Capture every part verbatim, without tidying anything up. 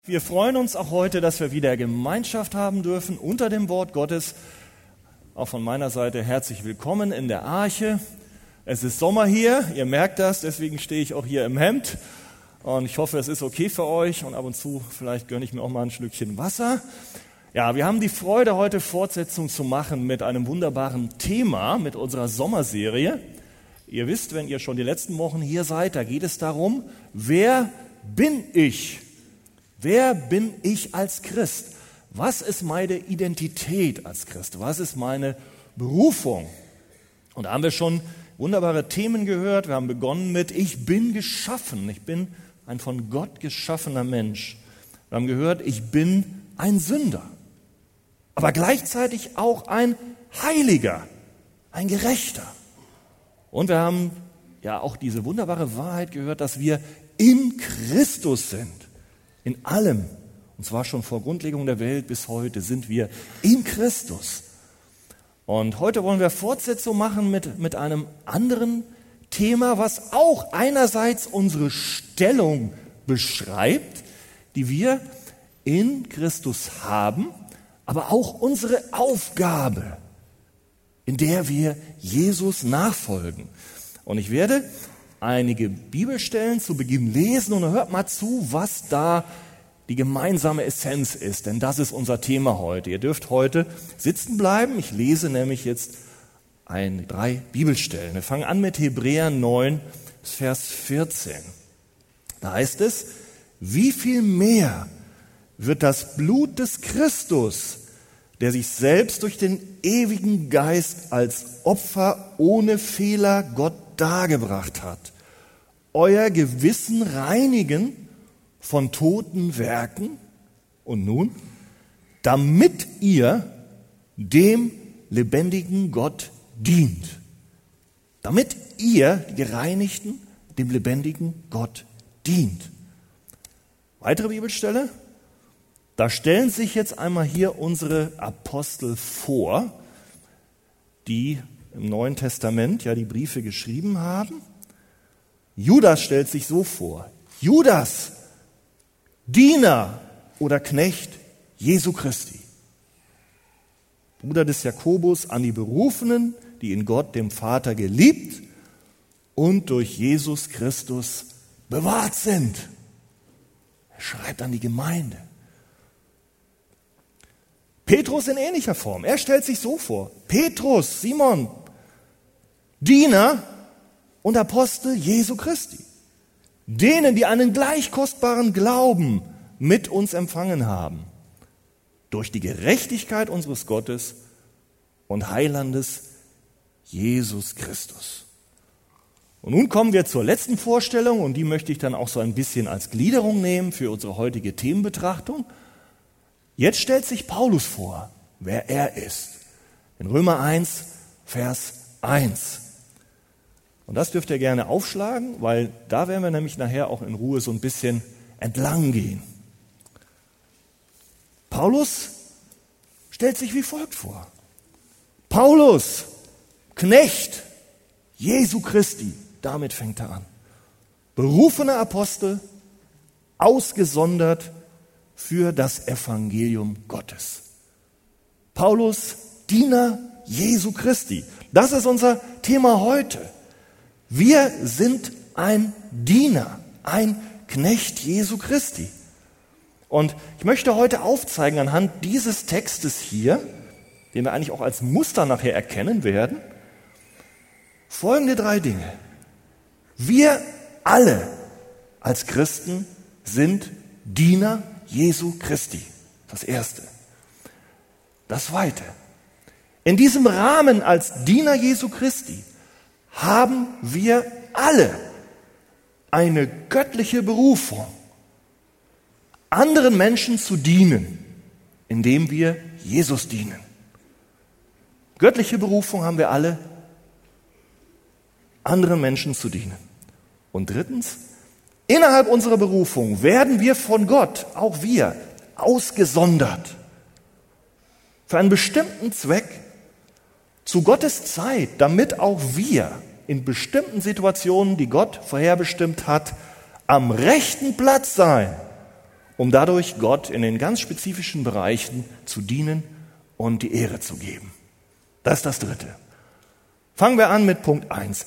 Wir freuen uns auch heute, dass wir wieder Gemeinschaft haben dürfen unter dem Wort Gottes. Auch von meiner Seite herzlich willkommen in der Arche. Es ist Sommer hier, ihr merkt das, deswegen stehe ich auch hier im Hemd. Und ich hoffe, es ist okay für euch und ab und zu vielleicht gönne ich mir auch mal ein Schlückchen Wasser. Ja, wir haben die Freude, heute Fortsetzung zu machen mit einem wunderbaren Thema, mit unserer Sommerserie. Ihr wisst, wenn ihr schon die letzten Wochen hier seid, da geht es darum, wer bin ich? Wer bin ich als Christ? Was ist meine Identität als Christ? Was ist meine Berufung? Und da haben wir schon wunderbare Themen gehört. Wir haben begonnen mit, ich bin geschaffen. Ich bin ein von Gott geschaffener Mensch. Wir haben gehört, ich bin ein Sünder. Aber gleichzeitig auch ein Heiliger, ein Gerechter. Und wir haben ja auch diese wunderbare Wahrheit gehört, dass wir in Christus sind. In allem, und zwar schon vor Grundlegung der Welt bis heute, sind wir in Christus. Und heute wollen wir Fortsetzung machen mit, mit einem anderen Thema, was auch einerseits unsere Stellung beschreibt, die wir in Christus haben, aber auch unsere Aufgabe, in der wir Jesus nachfolgen. Und ich werde einige Bibelstellen zu Beginn lesen und hört mal zu, was da die gemeinsame Essenz ist, denn das ist unser Thema heute. Ihr dürft heute sitzen bleiben, ich lese nämlich jetzt ein, drei Bibelstellen. Wir fangen an mit Hebräer neun, Vers vierzehn. Da heißt es, wie viel mehr wird das Blut des Christus, der sich selbst durch den ewigen Geist als Opfer ohne Fehler Gott dargebracht hat, euer Gewissen reinigen von toten Werken und nun, damit ihr dem lebendigen Gott dient. Damit ihr, die Gereinigten, dem lebendigen Gott dient. Weitere Bibelstelle. Da stellen sich jetzt einmal hier unsere Apostel vor, die im Neuen Testament ja die Briefe geschrieben haben. Judas stellt sich so vor. Judas, Diener oder Knecht Jesu Christi. Bruder des Jakobus an die Berufenen, die in Gott, dem Vater, geliebt und durch Jesus Christus bewahrt sind. Er schreibt an die Gemeinde. Petrus in ähnlicher Form. Er stellt sich so vor. Petrus, Simon, Diener und Apostel Jesu Christi. Denen, die einen gleich kostbaren Glauben mit uns empfangen haben. Durch die Gerechtigkeit unseres Gottes und Heilandes Jesus Christus. Und nun kommen wir zur letzten Vorstellung und die möchte ich dann auch so ein bisschen als Gliederung nehmen für unsere heutige Themenbetrachtung. Jetzt stellt sich Paulus vor, wer er ist. In Römer eins, Vers eins. Und das dürft ihr gerne aufschlagen, weil da werden wir nämlich nachher auch in Ruhe so ein bisschen entlang gehen. Paulus stellt sich wie folgt vor. Paulus, Knecht Jesu Christi, damit fängt er an. Berufener Apostel, ausgesondert für das Evangelium Gottes. Paulus, Diener Jesu Christi. Das ist unser Thema heute. Wir sind ein Diener, ein Knecht Jesu Christi. Und ich möchte heute aufzeigen anhand dieses Textes hier, den wir eigentlich auch als Muster nachher erkennen werden, folgende drei Dinge. Wir alle als Christen sind Diener Jesu Christi. Das Erste. Das Zweite. In diesem Rahmen als Diener Jesu Christi haben wir alle eine göttliche Berufung, anderen Menschen zu dienen, indem wir Jesus dienen. Göttliche Berufung haben wir alle, anderen Menschen zu dienen. Und drittens, innerhalb unserer Berufung werden wir von Gott, auch wir, ausgesondert. Für einen bestimmten Zweck, zu Gottes Zeit, damit auch wir in bestimmten Situationen, die Gott vorherbestimmt hat, am rechten Platz sein um dadurch Gott in den ganz spezifischen Bereichen zu dienen und die Ehre zu geben. Das ist das Dritte. Fangen wir an mit Punkt eins.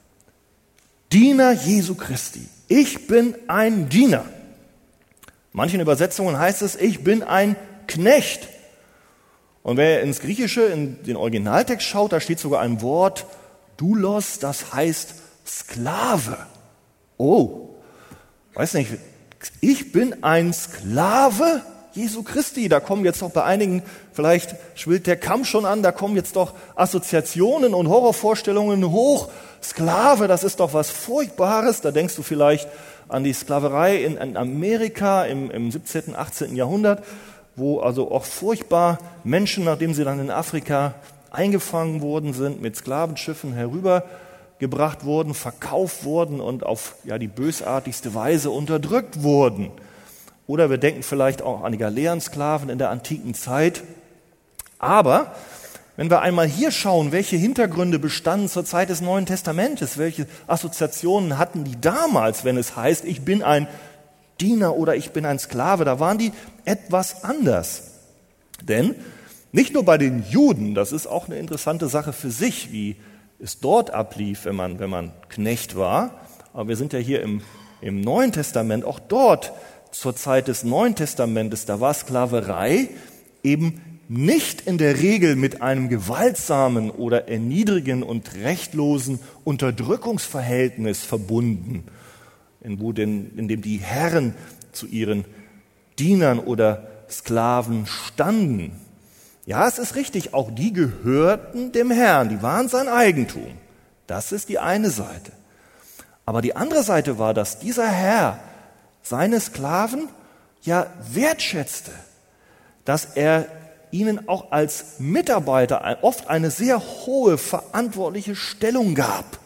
Diener Jesu Christi. Ich bin ein Diener. In manchen Übersetzungen heißt es, ich bin ein Knecht. Und wer ins Griechische, in den Originaltext schaut, da steht sogar ein Wort, doulos, das heißt Sklave. Oh, weiß nicht, ich bin ein Sklave Jesu Christi. Da kommen jetzt doch bei einigen, vielleicht schwillt der Kamm schon an, da kommen jetzt doch Assoziationen und Horrorvorstellungen hoch. Sklave, das ist doch was Furchtbares. Da denkst du vielleicht an die Sklaverei in, in Amerika im, im siebzehnten, achtzehnten Jahrhundert, wo also auch furchtbar Menschen, nachdem sie dann in Afrika eingefangen worden sind, mit Sklavenschiffen herübergebracht wurden, verkauft wurden und auf ja, die bösartigste Weise unterdrückt wurden. Oder wir denken vielleicht auch an die Galeerensklaven in der antiken Zeit. Aber wenn wir einmal hier schauen, welche Hintergründe bestanden zur Zeit des Neuen Testamentes, welche Assoziationen hatten die damals, wenn es heißt, ich bin ein Diener oder ich bin ein Sklave, da waren die etwas anders. Denn nicht nur bei den Juden, das ist auch eine interessante Sache für sich, wie es dort ablief, wenn man, wenn man Knecht war, aber wir sind ja hier im, im Neuen Testament, auch dort zur Zeit des Neuen Testamentes, da war Sklaverei eben nicht in der Regel mit einem gewaltsamen oder erniedrigen und rechtlosen Unterdrückungsverhältnis verbunden, in, wo denn, in dem die Herren zu ihren Dienern oder Sklaven standen. Ja, es ist richtig, auch die gehörten dem Herrn, die waren sein Eigentum. Das ist die eine Seite. Aber die andere Seite war, dass dieser Herr seine Sklaven ja wertschätzte, dass er ihnen auch als Mitarbeiter oft eine sehr hohe verantwortliche Stellung gab.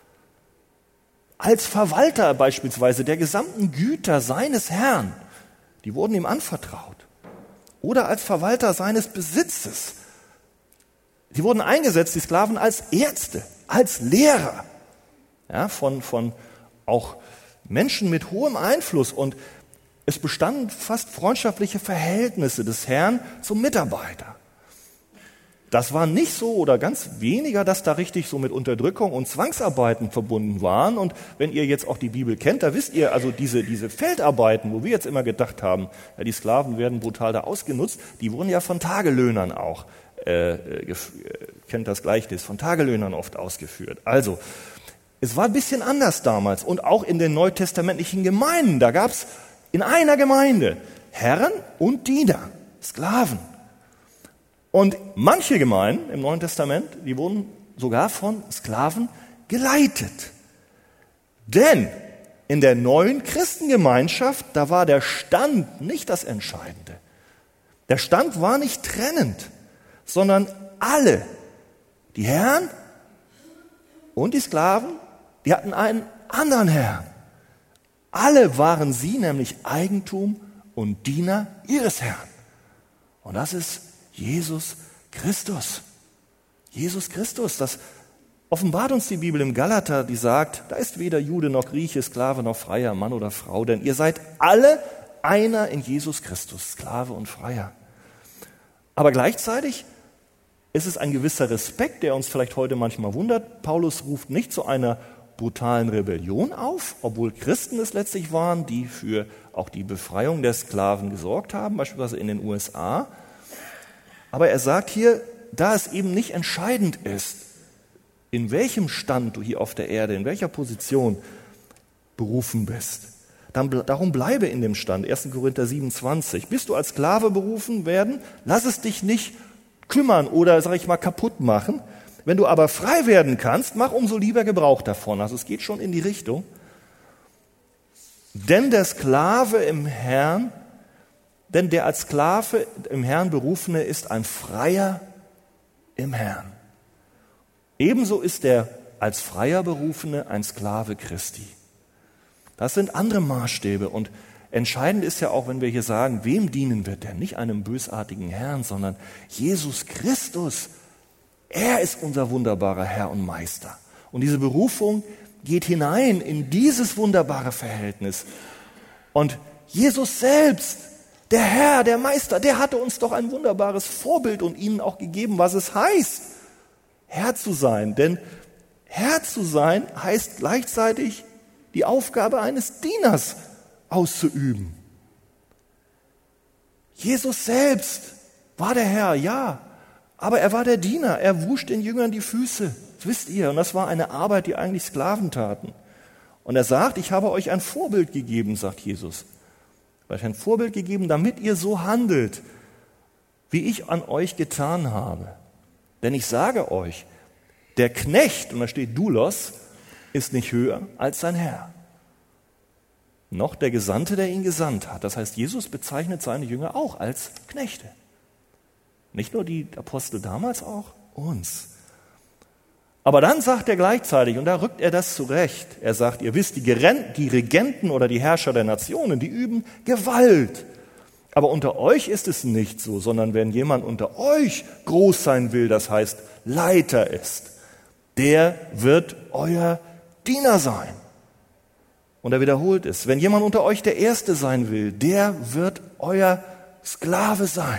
Als Verwalter beispielsweise der gesamten Güter seines Herrn, die wurden ihm anvertraut. Oder als Verwalter seines Besitzes. Die wurden eingesetzt, die Sklaven, als Ärzte, als Lehrer, ja, von, von auch Menschen mit hohem Einfluss. Und es bestanden fast freundschaftliche Verhältnisse des Herrn zum Mitarbeiter. Das war nicht so oder ganz weniger, dass da richtig so mit Unterdrückung und Zwangsarbeiten verbunden waren. Und wenn ihr jetzt auch die Bibel kennt, da wisst ihr, also diese, diese Feldarbeiten, wo wir jetzt immer gedacht haben, ja, die Sklaven werden brutal da ausgenutzt, die wurden ja von Tagelöhnern auch, äh, äh, kennt das Gleichnis, von Tagelöhnern oft ausgeführt. Also, es war ein bisschen anders damals und auch in den neutestamentlichen Gemeinden, da gab es in einer Gemeinde Herren und Diener, Sklaven. Und manche Gemeinden im Neuen Testament, die wurden sogar von Sklaven geleitet. Denn in der neuen Christengemeinschaft, da war der Stand nicht das Entscheidende. Der Stand war nicht trennend, sondern alle, die Herren und die Sklaven, die hatten einen anderen Herrn. Alle waren sie nämlich Eigentum und Diener ihres Herrn. Und das ist Jesus Christus. Jesus Christus, das offenbart uns die Bibel im Galater, die sagt, da ist weder Jude noch Grieche, Sklave noch Freier, Mann oder Frau, denn ihr seid alle einer in Jesus Christus, Sklave und Freier. Aber gleichzeitig ist es ein gewisser Respekt, der uns vielleicht heute manchmal wundert. Paulus ruft nicht zu einer brutalen Rebellion auf, obwohl Christen es letztlich waren, die für auch die Befreiung der Sklaven gesorgt haben, beispielsweise in den U S A. Aber er sagt hier, da es eben nicht entscheidend ist, in welchem Stand du hier auf der Erde, in welcher Position berufen bist, dann, darum bleibe in dem Stand. erster Korinther siebenundzwanzig. Bist du als Sklave berufen werden, lass es dich nicht kümmern oder, sag ich mal, kaputt machen. Wenn du aber frei werden kannst, mach umso lieber Gebrauch davon. Also es geht schon in die Richtung. Denn der Sklave im Herrn, denn der als Sklave im Herrn Berufene ist ein Freier im Herrn. Ebenso ist der als Freier Berufene ein Sklave Christi. Das sind andere Maßstäbe und entscheidend ist ja auch, wenn wir hier sagen, wem dienen wir denn? Nicht einem bösartigen Herrn, sondern Jesus Christus. Er ist unser wunderbarer Herr und Meister. Und diese Berufung geht hinein in dieses wunderbare Verhältnis. Und Jesus selbst, der Herr, der Meister, der hatte uns doch ein wunderbares Vorbild und ihnen auch gegeben, was es heißt, Herr zu sein. Denn Herr zu sein heißt gleichzeitig die Aufgabe eines Dieners auszuüben. Jesus selbst war der Herr, ja, aber er war der Diener. Er wusch den Jüngern die Füße, das wisst ihr. Und das war eine Arbeit, die eigentlich Sklaven taten. Und er sagt, ich habe euch ein Vorbild gegeben, sagt Jesus. Euch ein Vorbild gegeben, damit ihr so handelt, wie ich an euch getan habe. Denn ich sage euch, der Knecht, und da steht Doulos, ist nicht höher als sein Herr. Noch der Gesandte, der ihn gesandt hat. Das heißt, Jesus bezeichnet seine Jünger auch als Knechte. Nicht nur die Apostel damals, auch uns. Aber dann sagt er gleichzeitig, und da rückt er das zurecht, er sagt, ihr wisst, die, Geren- die Regenten oder die Herrscher der Nationen, die üben Gewalt. Aber unter euch ist es nicht so, sondern wenn jemand unter euch groß sein will, das heißt Leiter ist, der wird euer Diener sein. Und er wiederholt es, wenn jemand unter euch der Erste sein will, der wird euer Sklave sein.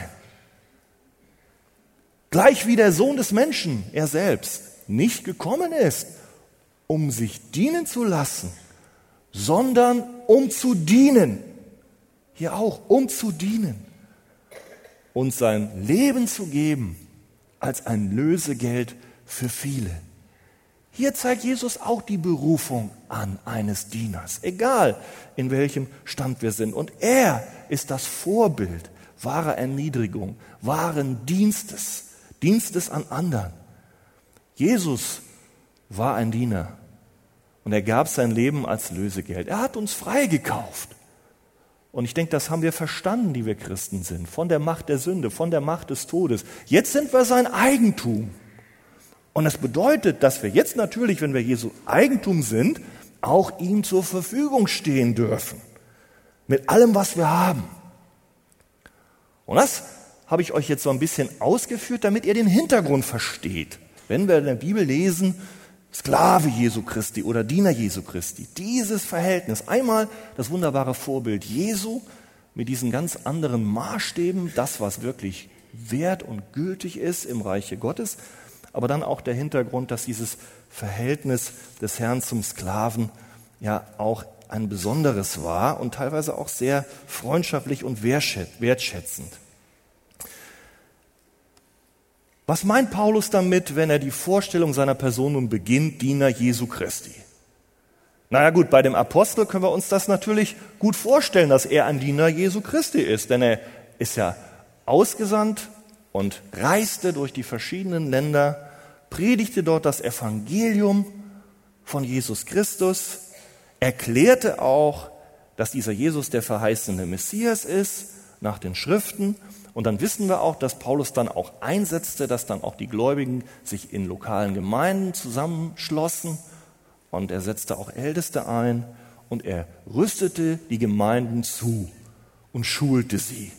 Gleich wie der Sohn des Menschen, er selbst, nicht gekommen ist, um sich dienen zu lassen, sondern um zu dienen. Hier auch, um zu dienen. Und sein Leben zu geben als ein Lösegeld für viele. Hier zeigt Jesus auch die Berufung an eines Dieners, egal in welchem Stand wir sind. Und er ist das Vorbild wahrer Erniedrigung, wahren Dienstes, Dienstes an anderen. Jesus war ein Diener und er gab sein Leben als Lösegeld. Er hat uns freigekauft. Und ich denke, das haben wir verstanden, die wir Christen sind, von der Macht der Sünde, von der Macht des Todes. Jetzt sind wir sein Eigentum. Und das bedeutet, dass wir jetzt natürlich, wenn wir Jesu Eigentum sind, auch ihm zur Verfügung stehen dürfen. Mit allem, was wir haben. Und das habe ich euch jetzt so ein bisschen ausgeführt, damit ihr den Hintergrund versteht. Wenn wir in der Bibel lesen, Sklave Jesu Christi oder Diener Jesu Christi, dieses Verhältnis, einmal das wunderbare Vorbild Jesu mit diesen ganz anderen Maßstäben, das, was wirklich wert und gültig ist im Reiche Gottes, aber dann auch der Hintergrund, dass dieses Verhältnis des Herrn zum Sklaven ja auch ein besonderes war und teilweise auch sehr freundschaftlich und wertschätzend. Was meint Paulus damit, wenn er die Vorstellung seiner Person nun beginnt, Diener Jesu Christi? Naja gut, bei dem Apostel können wir uns das natürlich gut vorstellen, dass er ein Diener Jesu Christi ist, denn er ist ja ausgesandt und reiste durch die verschiedenen Länder, predigte dort das Evangelium von Jesus Christus, erklärte auch, dass dieser Jesus der verheißene Messias ist, nach den Schriften. Und dann wissen wir auch, dass Paulus dann auch einsetzte, dass dann auch die Gläubigen sich in lokalen Gemeinden zusammenschlossen. Und er setzte auch Älteste ein und er rüstete die Gemeinden zu und schulte sie.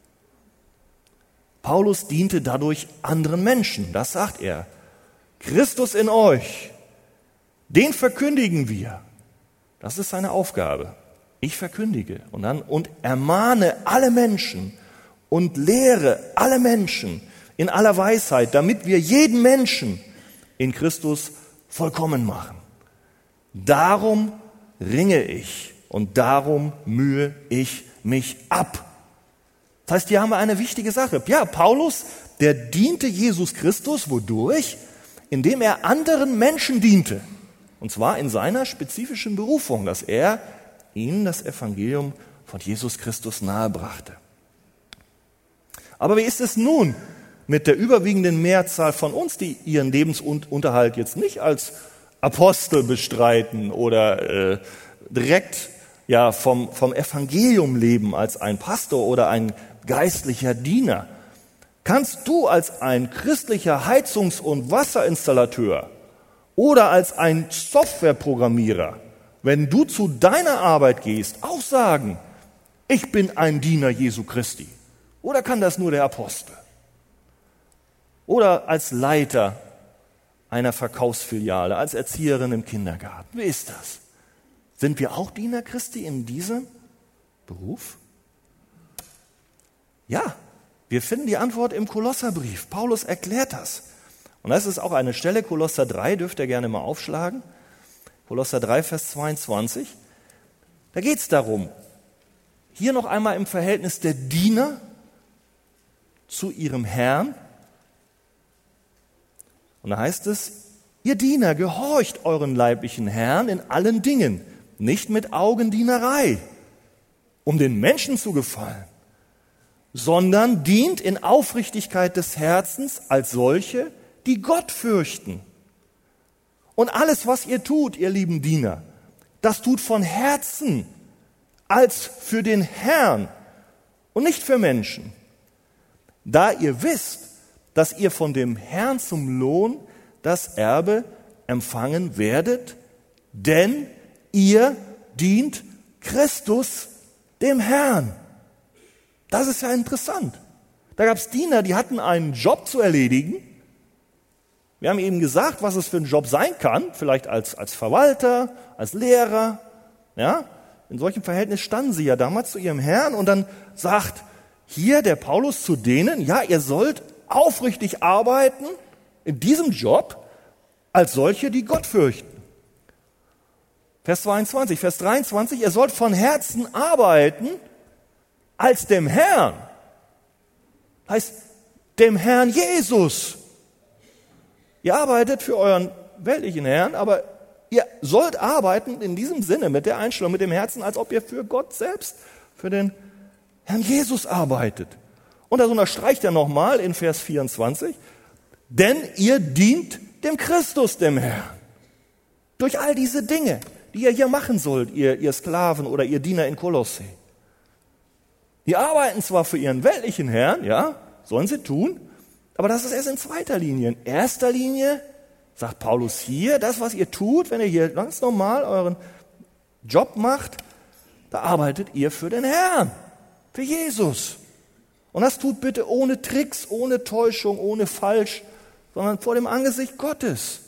Paulus diente dadurch anderen Menschen, das sagt er. Christus in euch, den verkündigen wir. Das ist seine Aufgabe. Ich verkündige und dann und ermahne alle Menschen und lehre alle Menschen in aller Weisheit, damit wir jeden Menschen in Christus vollkommen machen. Darum ringe ich und darum mühe ich mich ab. Das heißt, hier haben wir eine wichtige Sache. Ja, Paulus, der diente Jesus Christus, wodurch? Indem er anderen Menschen diente. Und zwar in seiner spezifischen Berufung, dass er ihnen das Evangelium von Jesus Christus nahebrachte. Aber wie ist es nun mit der überwiegenden Mehrzahl von uns, die ihren Lebensunterhalt jetzt nicht als Apostel bestreiten oder äh, direkt ja, vom, vom Evangelium leben als ein Pastor oder ein geistlicher Diener? Kannst du als ein christlicher Heizungs- und Wasserinstallateur oder als ein Softwareprogrammierer, wenn du zu deiner Arbeit gehst, auch sagen, ich bin ein Diener Jesu Christi? Oder kann das nur der Apostel? Oder als Leiter einer Verkaufsfiliale, als Erzieherin im Kindergarten? Wie ist das? Sind wir auch Diener Christi in diesem Beruf? Ja, wir finden die Antwort im Kolosserbrief. Paulus erklärt das. Und das ist auch eine Stelle, Kolosser drei, dürft ihr gerne mal aufschlagen. Kolosser drei, Vers zweiundzwanzig. Da geht es darum, hier noch einmal im Verhältnis der Diener zu ihrem Herrn. Und da heißt es, ihr Diener, gehorcht euren leiblichen Herrn in allen Dingen, nicht mit Augendienerei, um den Menschen zu gefallen, sondern dient in Aufrichtigkeit des Herzens als solche, die Gott fürchten. Und alles, was ihr tut, ihr lieben Diener, das tut von Herzen als für den Herrn und nicht für Menschen, da ihr wisst, dass ihr von dem Herrn zum Lohn das Erbe empfangen werdet, denn ihr dient Christus, dem Herrn. Das ist ja interessant. Da gab es Diener, die hatten einen Job zu erledigen. Wir haben eben gesagt, was es für ein Job sein kann, vielleicht als, als Verwalter, als Lehrer. Ja? In solchem Verhältnis standen sie ja damals zu ihrem Herrn und dann sagt hier der Paulus zu denen, ja, ihr sollt aufrichtig arbeiten in diesem Job als solche, die Gott fürchten. Vers zweiundzwanzig, Vers dreiundzwanzig, ihr sollt von Herzen arbeiten als dem Herrn. Heißt, dem Herrn Jesus. Ihr arbeitet für euren weltlichen Herrn, aber ihr sollt arbeiten in diesem Sinne, mit der Einstellung, mit dem Herzen, als ob ihr für Gott selbst, für den Herrn Jesus arbeitet. Und das unterstreicht er nochmal in Vers vierundzwanzig, denn ihr dient dem Christus, dem Herrn. Durch all diese Dinge, die ihr hier machen sollt, ihr, ihr Sklaven oder ihr Diener in Kolosse. Die arbeiten zwar für ihren weltlichen Herrn, ja, sollen sie tun, aber das ist erst in zweiter Linie. In erster Linie sagt Paulus hier, das, was ihr tut, wenn ihr hier ganz normal euren Job macht, da arbeitet ihr für den Herrn, für Jesus. Und das tut bitte ohne Tricks, ohne Täuschung, ohne Falsch, sondern vor dem Angesicht Gottes.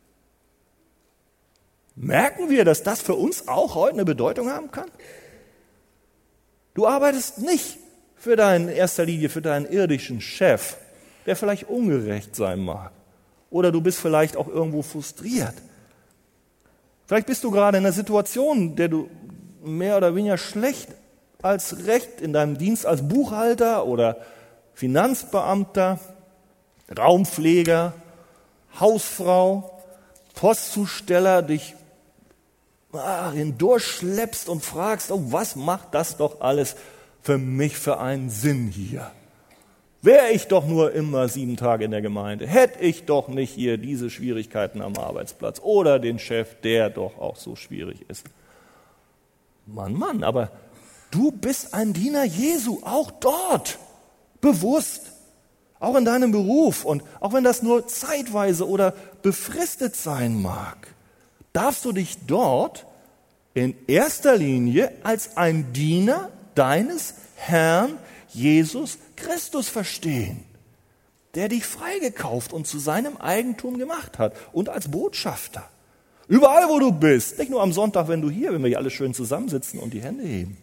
Merken wir, dass das für uns auch heute eine Bedeutung haben kann? Du arbeitest nicht für deinen, in erster Linie für deinen irdischen Chef, der vielleicht ungerecht sein mag. Oder du bist vielleicht auch irgendwo frustriert. Vielleicht bist du gerade in einer Situation, in der du mehr oder weniger schlecht als recht in deinem Dienst als Buchhalter oder Finanzbeamter, Raumpfleger, Hausfrau, Postzusteller dich ah, hindurchschleppst und fragst, oh, was macht das doch alles für mich für einen Sinn hier? Wäre ich doch nur immer sieben Tage in der Gemeinde, hätte ich doch nicht hier diese Schwierigkeiten am Arbeitsplatz oder den Chef, der doch auch so schwierig ist. Mann, Mann, aber du bist ein Diener Jesu, auch dort, bewusst, auch in deinem Beruf. Und auch wenn das nur zeitweise oder befristet sein mag, darfst du dich dort in erster Linie als ein Diener deines Herrn Jesus Christus verstehen, der dich freigekauft und zu seinem Eigentum gemacht hat und als Botschafter. Überall, wo du bist, nicht nur am Sonntag, wenn du hier, wenn wir hier alle schön zusammensitzen und die Hände heben.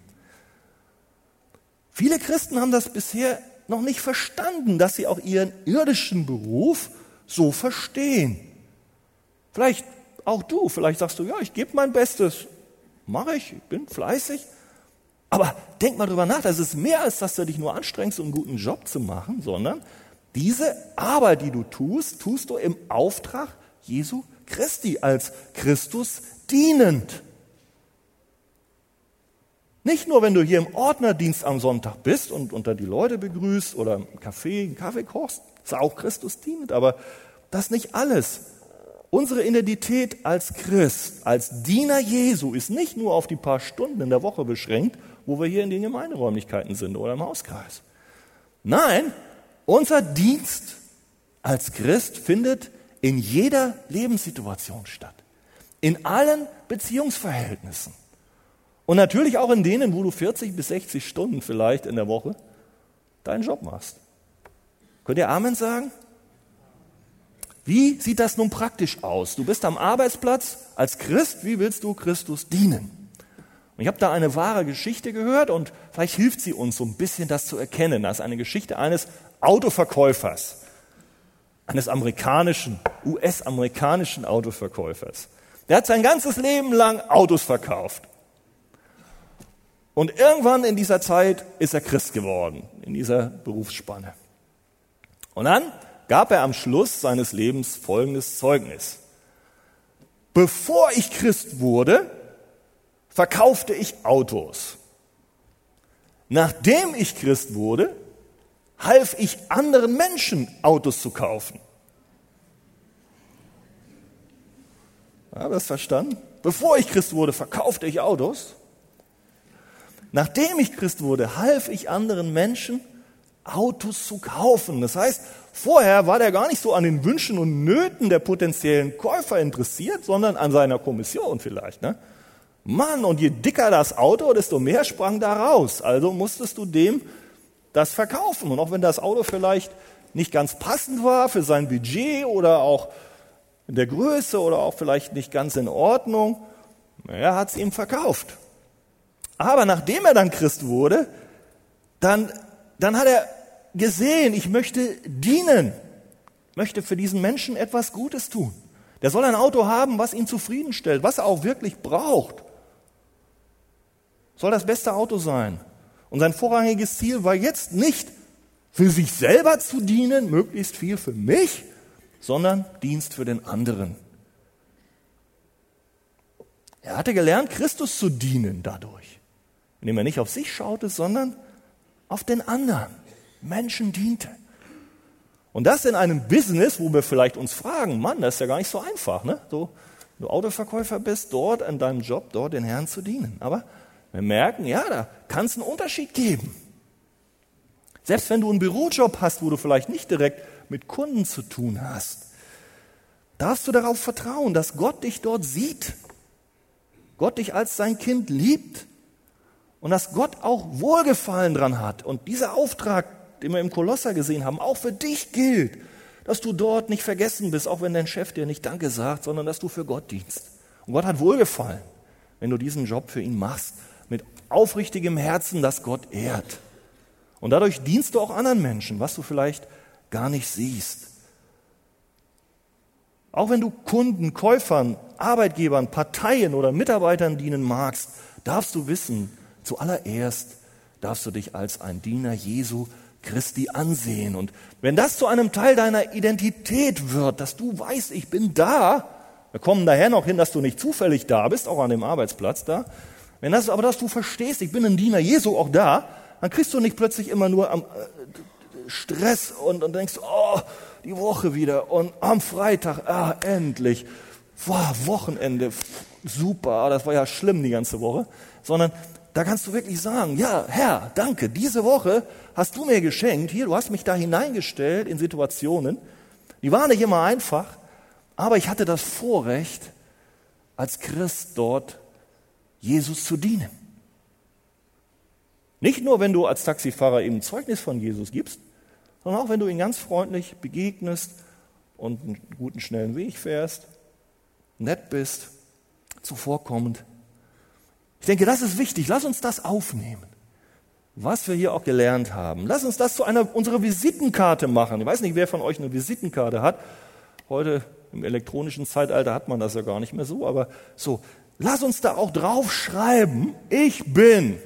Viele Christen haben das bisher noch nicht verstanden, dass sie auch ihren irdischen Beruf so verstehen. Vielleicht auch du, vielleicht sagst du, ja, ich gebe mein Bestes, mache ich, ich bin fleißig. Aber denk mal drüber nach, das ist mehr, als dass du dich nur anstrengst, um einen guten Job zu machen, sondern diese Arbeit, die du tust, tust du im Auftrag Jesu Christi, als Christus dienend. Nicht nur, wenn du hier im Ordnerdienst am Sonntag bist und unter die Leute begrüßt oder im Café einen Kaffee kochst, ist auch Christus dienend, aber das nicht alles. Unsere Identität als Christ, als Diener Jesu ist nicht nur auf die paar Stunden in der Woche beschränkt, wo wir hier in den Gemeinderäumlichkeiten sind oder im Hauskreis. Nein, unser Dienst als Christ findet in jeder Lebenssituation statt, in allen Beziehungsverhältnissen und natürlich auch in denen, wo du vierzig bis sechzig Stunden vielleicht in der Woche deinen Job machst. Könnt ihr Amen sagen? Wie sieht das nun praktisch aus? Du bist am Arbeitsplatz als Christ, wie willst du Christus dienen? Und ich habe da eine wahre Geschichte gehört und vielleicht hilft sie uns so ein bisschen, das zu erkennen. Das ist eine Geschichte eines Autoverkäufers, eines amerikanischen, U S-amerikanischen Autoverkäufers. Der hat sein ganzes Leben lang Autos verkauft. Und irgendwann in dieser Zeit ist er Christ geworden, in dieser Berufsspanne. Und dann gab er am Schluss seines Lebens folgendes Zeugnis. Bevor ich Christ wurde, verkaufte ich Autos. Nachdem ich Christ wurde, half ich anderen Menschen, Autos zu kaufen. Habt ihr das verstanden? Bevor ich Christ wurde, verkaufte ich Autos. Nachdem ich Christ wurde, half ich anderen Menschen, Autos zu kaufen. Das heißt, vorher war der gar nicht so an den Wünschen und Nöten der potenziellen Käufer interessiert, sondern an seiner Kommission vielleicht. Ne? Mann, und je dicker das Auto, desto mehr sprang da raus. Also musstest du dem das verkaufen. Und auch wenn das Auto vielleicht nicht ganz passend war für sein Budget oder auch in der Größe oder auch vielleicht nicht ganz in Ordnung, er hat es ihm verkauft. Aber nachdem er dann Christ wurde, dann, dann hat er gesehen, ich möchte dienen, möchte für diesen Menschen etwas Gutes tun. Der soll ein Auto haben, was ihn zufriedenstellt, was er auch wirklich braucht. Soll das beste Auto sein. Und sein vorrangiges Ziel war jetzt nicht, für sich selber zu dienen, möglichst viel für mich, sondern Dienst für den anderen. Er hatte gelernt, Christus zu dienen dadurch, indem er nicht auf sich schaute, sondern auf den anderen, Menschen diente. Und das in einem Business, wo wir vielleicht uns fragen, Mann, das ist ja gar nicht so einfach, ne? So, wenn du Autoverkäufer bist, dort an deinem Job, dort den Herrn zu dienen. Aber wir merken, ja, da kann es einen Unterschied geben. Selbst wenn du einen Bürojob hast, wo du vielleicht nicht direkt mit Kunden zu tun hast, darfst du darauf vertrauen, dass Gott dich dort sieht. Gott dich als sein Kind liebt und dass Gott auch Wohlgefallen dran hat. Und dieser Auftrag, den wir im Kolosser gesehen haben, auch für dich gilt, dass du dort nicht vergessen bist, auch wenn dein Chef dir nicht Danke sagt, sondern dass du für Gott dienst. Und Gott hat Wohlgefallen, wenn du diesen Job für ihn machst, mit aufrichtigem Herzen, das Gott ehrt. Und dadurch dienst du auch anderen Menschen, was du vielleicht gar nicht siehst. Auch wenn du Kunden, Käufern, Arbeitgebern, Parteien oder Mitarbeitern dienen magst, darfst du wissen, zuallererst darfst du dich als ein Diener Jesu Christi ansehen. Und wenn das zu einem Teil deiner Identität wird, dass du weißt, ich bin da, wir kommen daher noch hin, dass du nicht zufällig da bist, auch an dem Arbeitsplatz da, wenn das aber, dass du verstehst, ich bin ein Diener Jesu auch da, dann kriegst du nicht plötzlich immer nur am äh, Stress und, und denkst, oh, die Woche wieder und am Freitag, ah, endlich, wow, Wochenende, super, das war ja schlimm die ganze Woche, sondern da kannst du wirklich sagen, ja, Herr, danke, diese Woche hast du mir geschenkt, hier, du hast mich da hineingestellt in Situationen, die waren nicht immer einfach, aber ich hatte das Vorrecht, als Christ dort Jesus zu dienen. Nicht nur, wenn du als Taxifahrer eben Zeugnis von Jesus gibst, sondern auch, wenn du ihn ganz freundlich begegnest und einen guten, schnellen Weg fährst, nett bist, zuvorkommend. Ich denke, das ist wichtig. Lass uns das aufnehmen, was wir hier auch gelernt haben. Lass uns das zu einer unserer Visitenkarte machen. Ich weiß nicht, wer von euch eine Visitenkarte hat. Heute im elektronischen Zeitalter hat man das ja gar nicht mehr so, aber so. Lass uns da auch drauf schreiben, ich bin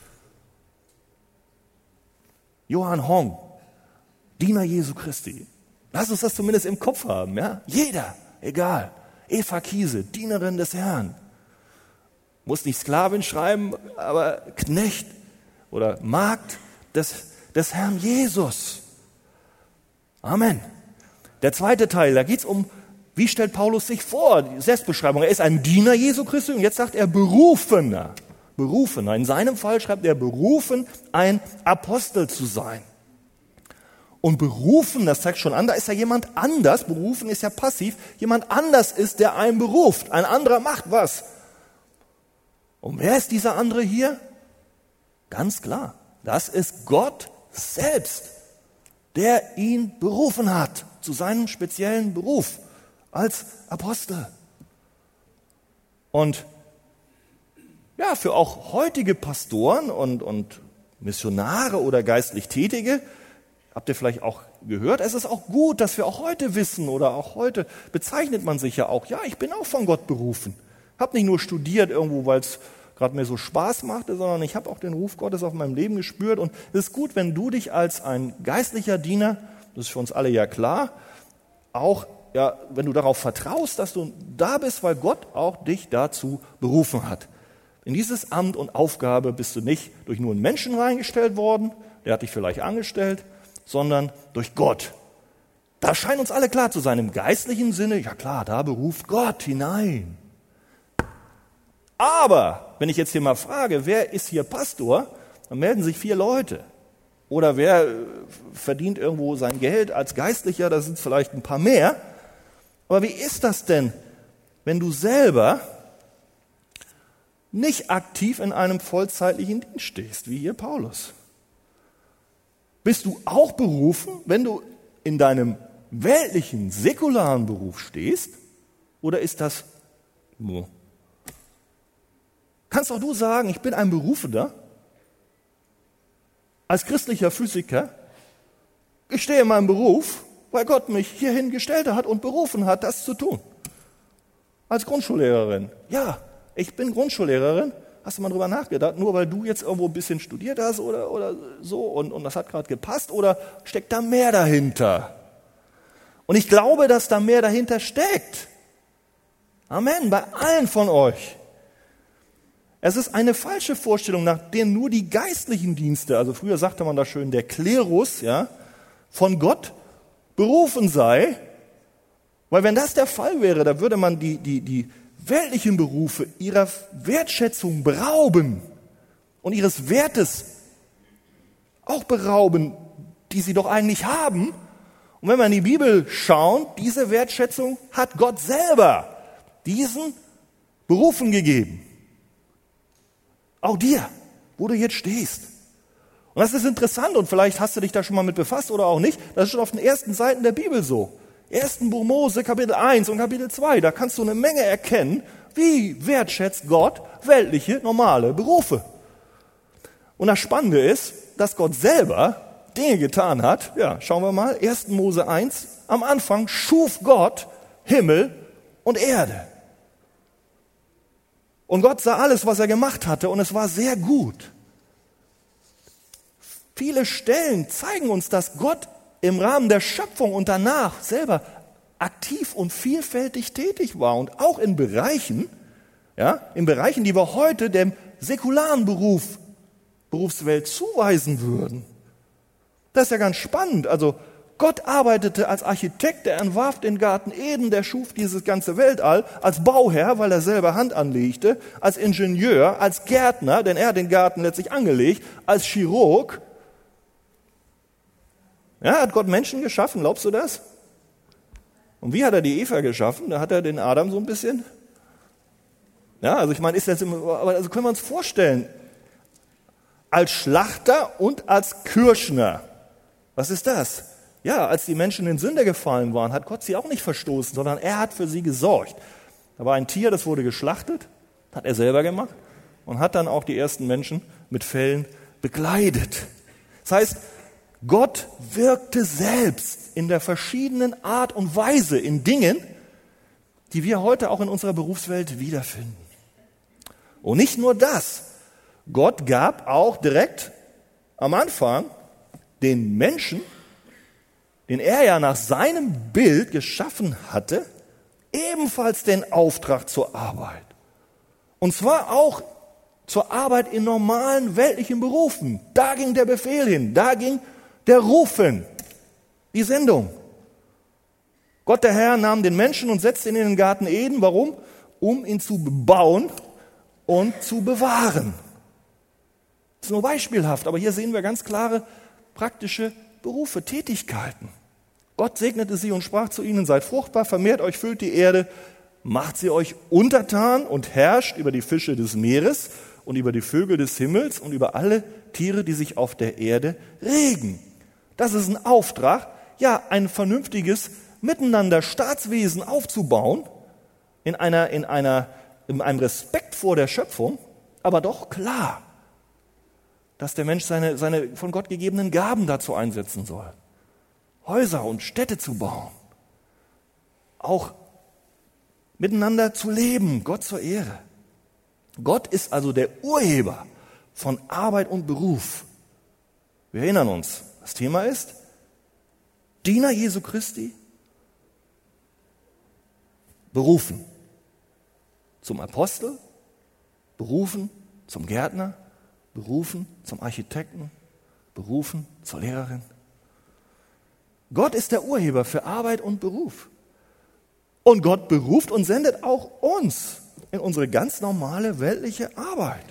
Johann Hong, Diener Jesu Christi. Lass uns das zumindest im Kopf haben, ja? Jeder, egal. Eva Kiese, Dienerin des Herrn. Muss nicht Sklavin schreiben, aber Knecht oder Magd des, des Herrn Jesus. Amen. Der zweite Teil, da geht es um, wie stellt Paulus sich vor? Die Selbstbeschreibung. Er ist ein Diener Jesu Christi und jetzt sagt er Berufener. Berufener. In seinem Fall schreibt er berufen, ein Apostel zu sein. Und berufen, das zeigt schon an, da ist ja jemand anders. Berufen ist ja passiv. Jemand anders ist, der einen beruft. Ein anderer macht was. Und wer ist dieser andere hier? Ganz klar. Das ist Gott selbst, der ihn berufen hat zu seinem speziellen Beruf als Apostel. Und ja, für auch heutige Pastoren und, und Missionare oder geistlich Tätige, habt ihr vielleicht auch gehört, es ist auch gut, dass wir auch heute wissen oder auch heute bezeichnet man sich ja auch, ja, ich bin auch von Gott berufen. Habe nicht nur studiert irgendwo, weil es gerade mir so Spaß machte, sondern ich habe auch den Ruf Gottes auf meinem Leben gespürt. Und es ist gut, wenn du dich als ein geistlicher Diener, das ist für uns alle ja klar, auch, ja, wenn du darauf vertraust, dass du da bist, weil Gott auch dich dazu berufen hat. In dieses Amt und Aufgabe bist du nicht durch nur einen Menschen reingestellt worden, der hat dich vielleicht angestellt, sondern durch Gott. Da scheint uns alle klar zu sein, im geistlichen Sinne, ja klar, da beruft Gott hinein. Aber, wenn ich jetzt hier mal frage, wer ist hier Pastor, dann melden sich vier Leute. Oder wer verdient irgendwo sein Geld als Geistlicher, da sind es vielleicht ein paar mehr. Aber wie ist das denn, wenn du selber nicht aktiv in einem vollzeitlichen Dienst stehst, wie hier Paulus? Bist du auch berufen, wenn du in deinem weltlichen, säkularen Beruf stehst? Oder ist das nur? Kannst auch du sagen, ich bin ein Berufener, als christlicher Physiker, ich stehe in meinem Beruf, weil Gott mich hierhin gestellt hat und berufen hat, das zu tun. Als Grundschullehrerin. Ja, ich bin Grundschullehrerin. Hast du mal drüber nachgedacht? Nur weil du jetzt irgendwo ein bisschen studiert hast oder, oder so und, und das hat gerade gepasst oder steckt da mehr dahinter? Und ich glaube, dass da mehr dahinter steckt. Amen, bei allen von euch. Es ist eine falsche Vorstellung, nach der nur die geistlichen Dienste, also früher sagte man da schön, der Klerus, ja, von Gott berufen sei. Weil wenn das der Fall wäre, da würde man die, die, die weltlichen Berufe ihrer Wertschätzung berauben und ihres Wertes auch berauben, die sie doch eigentlich haben. Und wenn wir in die Bibel schauen, diese Wertschätzung hat Gott selber diesen Berufen gegeben. Auch dir, wo du jetzt stehst. Und das ist interessant und vielleicht hast du dich da schon mal mit befasst oder auch nicht. Das ist schon auf den ersten Seiten der Bibel so. ersten Buch Mose, Kapitel eins und Kapitel zwei, da kannst du eine Menge erkennen, wie wertschätzt Gott weltliche, normale Berufe. Und das Spannende ist, dass Gott selber Dinge getan hat. Ja, schauen wir mal, ersten Mose eins, am Anfang schuf Gott Himmel und Erde. Und Gott sah alles, was er gemacht hatte, und es war sehr gut. Viele Stellen zeigen uns, dass Gott im Rahmen der Schöpfung und danach selber aktiv und vielfältig tätig war und auch in Bereichen, ja, in Bereichen, die wir heute dem säkularen Beruf, Berufswelt zuweisen würden. Das ist ja ganz spannend. Also Gott arbeitete als Architekt, der entwarf den Garten Eden, der schuf dieses ganze Weltall, als Bauherr, weil er selber Hand anlegte, als Ingenieur, als Gärtner, denn er hat den Garten letztlich angelegt, als Chirurg. Ja, hat Gott Menschen geschaffen, glaubst du das? Und wie hat er die Eva geschaffen? Da hat er den Adam so ein bisschen. Ja, also ich meine, ist jetzt immer, aber also können wir uns vorstellen, als Schlachter und als Kürschner. Was ist das? Ja, als die Menschen in Sünde gefallen waren, hat Gott sie auch nicht verstoßen, sondern er hat für sie gesorgt. Da war ein Tier, das wurde geschlachtet, hat er selber gemacht und hat dann auch die ersten Menschen mit Fellen bekleidet. Das heißt, Gott wirkte selbst in der verschiedenen Art und Weise in Dingen, die wir heute auch in unserer Berufswelt wiederfinden. Und nicht nur das, Gott gab auch direkt am Anfang den Menschen, den er ja nach seinem Bild geschaffen hatte, ebenfalls den Auftrag zur Arbeit. Und zwar auch zur Arbeit in normalen weltlichen Berufen. Da ging der Befehl hin, da ging der Ruf hin, die Sendung. Gott der Herr nahm den Menschen und setzte ihn in den Garten Eden. Warum? Um ihn zu bebauen und zu bewahren. Das ist nur beispielhaft, aber hier sehen wir ganz klare praktische Berufe, Tätigkeiten. Gott segnete sie und sprach zu ihnen, seid fruchtbar, vermehrt euch, füllt die Erde, macht sie euch untertan und herrscht über die Fische des Meeres und über die Vögel des Himmels und über alle Tiere, die sich auf der Erde regen. Das ist ein Auftrag, ja, ein vernünftiges Miteinander, Staatswesen aufzubauen, in einer, in einer, in einem Respekt vor der Schöpfung, aber doch klar, dass der Mensch seine, seine von Gott gegebenen Gaben dazu einsetzen soll, Häuser und Städte zu bauen, auch miteinander zu leben, Gott zur Ehre. Gott ist also der Urheber von Arbeit und Beruf. Wir erinnern uns, das Thema ist Diener Jesu Christi, berufen zum Apostel, berufen zum Gärtner, berufen zum Architekten, berufen zur Lehrerin. Gott ist der Urheber für Arbeit und Beruf. Und Gott beruft und sendet auch uns in unsere ganz normale weltliche Arbeit.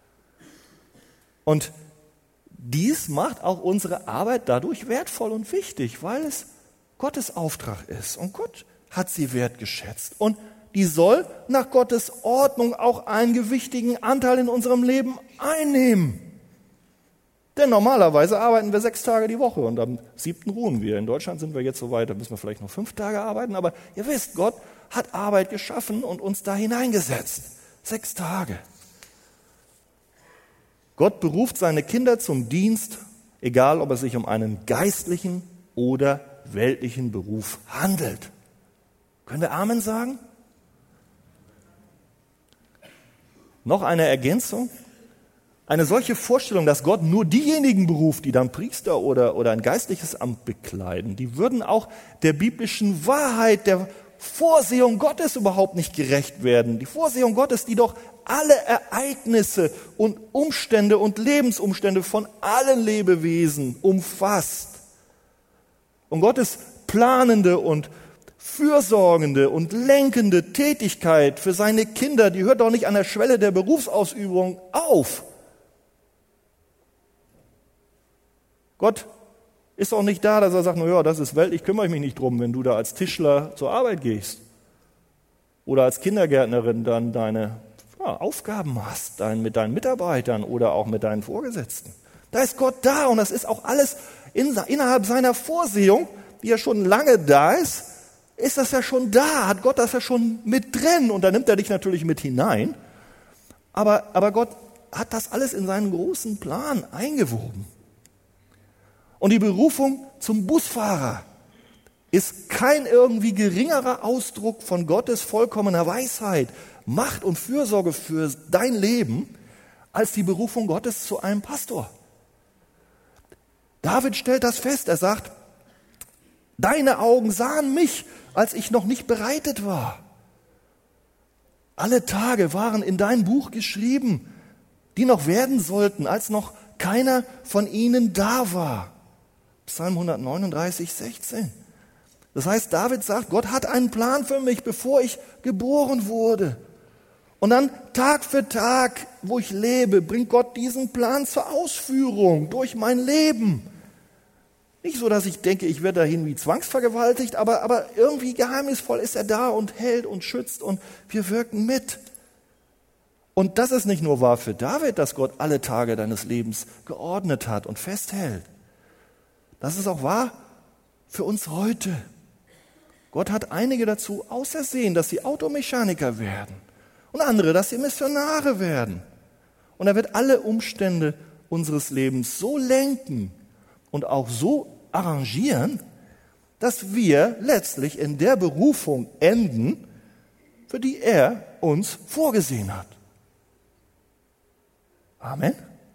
Und dies macht auch unsere Arbeit dadurch wertvoll und wichtig, weil es Gottes Auftrag ist. Und Gott hat sie wertgeschätzt. Und die soll nach Gottes Ordnung auch einen gewichtigen Anteil in unserem Leben einnehmen. Denn normalerweise arbeiten wir sechs Tage die Woche und am siebten ruhen wir. In Deutschland sind wir jetzt so weit, da müssen wir vielleicht noch fünf Tage arbeiten. Aber ihr wisst, Gott hat Arbeit geschaffen und uns da hineingesetzt. Sechs Tage. Gott beruft seine Kinder zum Dienst, egal ob es sich um einen geistlichen oder weltlichen Beruf handelt. Können wir Amen sagen? Noch eine Ergänzung. Eine solche Vorstellung, dass Gott nur diejenigen beruft, die dann Priester oder, oder ein geistliches Amt bekleiden, die würden auch der biblischen Wahrheit, der Vorsehung Gottes überhaupt nicht gerecht werden. Die Vorsehung Gottes, die doch alle Ereignisse und Umstände und Lebensumstände von allen Lebewesen umfasst. Und Gottes planende und fürsorgende und lenkende Tätigkeit für seine Kinder, die hört doch nicht an der Schwelle der Berufsausübung auf. Gott ist auch nicht da, dass er sagt, naja, das ist weltlich, kümmere ich mich nicht drum, wenn du da als Tischler zur Arbeit gehst oder als Kindergärtnerin dann deine ja, Aufgaben hast, dein, mit deinen Mitarbeitern oder auch mit deinen Vorgesetzten. Da ist Gott da und das ist auch alles in, innerhalb seiner Vorsehung, die ja schon lange da ist, ist das ja schon da, hat Gott das ja schon mit drin und da nimmt er dich natürlich mit hinein. Aber, aber Gott hat das alles in seinen großen Plan eingewoben. Und die Berufung zum Busfahrer ist kein irgendwie geringerer Ausdruck von Gottes vollkommener Weisheit, Macht und Fürsorge für dein Leben, als die Berufung Gottes zu einem Pastor. David stellt das fest, er sagt, deine Augen sahen mich, als ich noch nicht bereitet war. Alle Tage waren in dein Buch geschrieben, die noch werden sollten, als noch keiner von ihnen da war. Psalm hundertneununddreißig, sechzehn. Das heißt, David sagt, Gott hat einen Plan für mich, bevor ich geboren wurde. Und dann Tag für Tag, wo ich lebe, bringt Gott diesen Plan zur Ausführung durch mein Leben. Nicht so, dass ich denke, ich werde dahin wie zwangsvergewaltigt, aber, aber irgendwie geheimnisvoll ist er da und hält und schützt und wir wirken mit. Und das ist nicht nur wahr für David, dass Gott alle Tage deines Lebens geordnet hat und festhält. Das ist auch wahr für uns heute. Gott hat einige dazu ausersehen, dass sie Automechaniker werden und andere, dass sie Missionare werden. Und er wird alle Umstände unseres Lebens so lenken und auch so arrangieren, dass wir letztlich in der Berufung enden, für die er uns vorgesehen hat. Amen.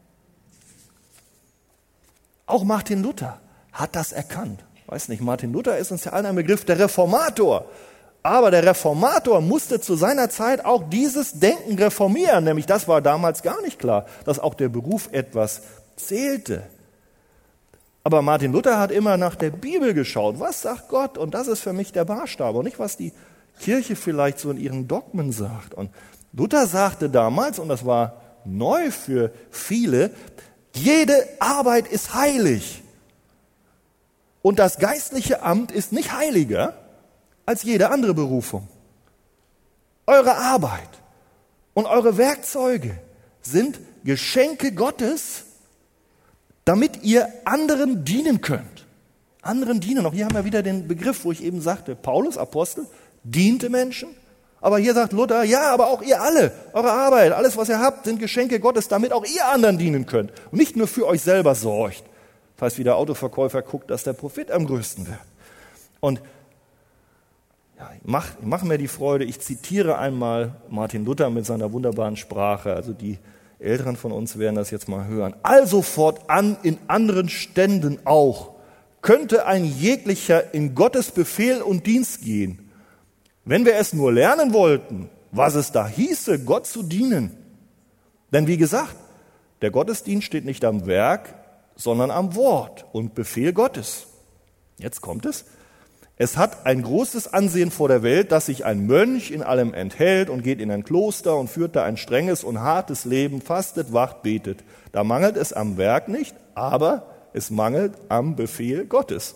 Auch Martin Luther hat das erkannt. Weiß nicht, Martin Luther ist uns ja allen ein Begriff, der Reformator. Aber der Reformator musste zu seiner Zeit auch dieses Denken reformieren. Nämlich das war damals gar nicht klar, dass auch der Beruf etwas zählte. Aber Martin Luther hat immer nach der Bibel geschaut. Was sagt Gott? Und das ist für mich der Maßstab. Und nicht, was die Kirche vielleicht so in ihren Dogmen sagt. Und Luther sagte damals, und das war neu für viele, jede Arbeit ist heilig. Und das geistliche Amt ist nicht heiliger als jede andere Berufung. Eure Arbeit und eure Werkzeuge sind Geschenke Gottes, damit ihr anderen dienen könnt. Anderen dienen. Auch hier haben wir wieder den Begriff, wo ich eben sagte, Paulus, Apostel, diente Menschen Aber hier sagt Luther, ja, aber auch ihr alle, eure Arbeit, alles, was ihr habt, sind Geschenke Gottes, damit auch ihr anderen dienen könnt und nicht nur für euch selber sorgt. Falls wie der Autoverkäufer guckt, dass der Profit am größten wird. Und ja, ich mache mach mir die Freude, ich zitiere einmal Martin Luther mit seiner wunderbaren Sprache, also die Älteren von uns werden das jetzt mal hören. Also fortan in anderen Ständen auch, könnte ein jeglicher in Gottes Befehl und Dienst gehen, wenn wir es nur lernen wollten, was es da hieße, Gott zu dienen. Denn wie gesagt, der Gottesdienst steht nicht am Werk, sondern am Wort und Befehl Gottes. Jetzt kommt es. Es hat ein großes Ansehen vor der Welt, dass sich ein Mönch in allem enthält und geht in ein Kloster und führt da ein strenges und hartes Leben, fastet, wacht, betet. Da mangelt es am Werk nicht, aber es mangelt am Befehl Gottes.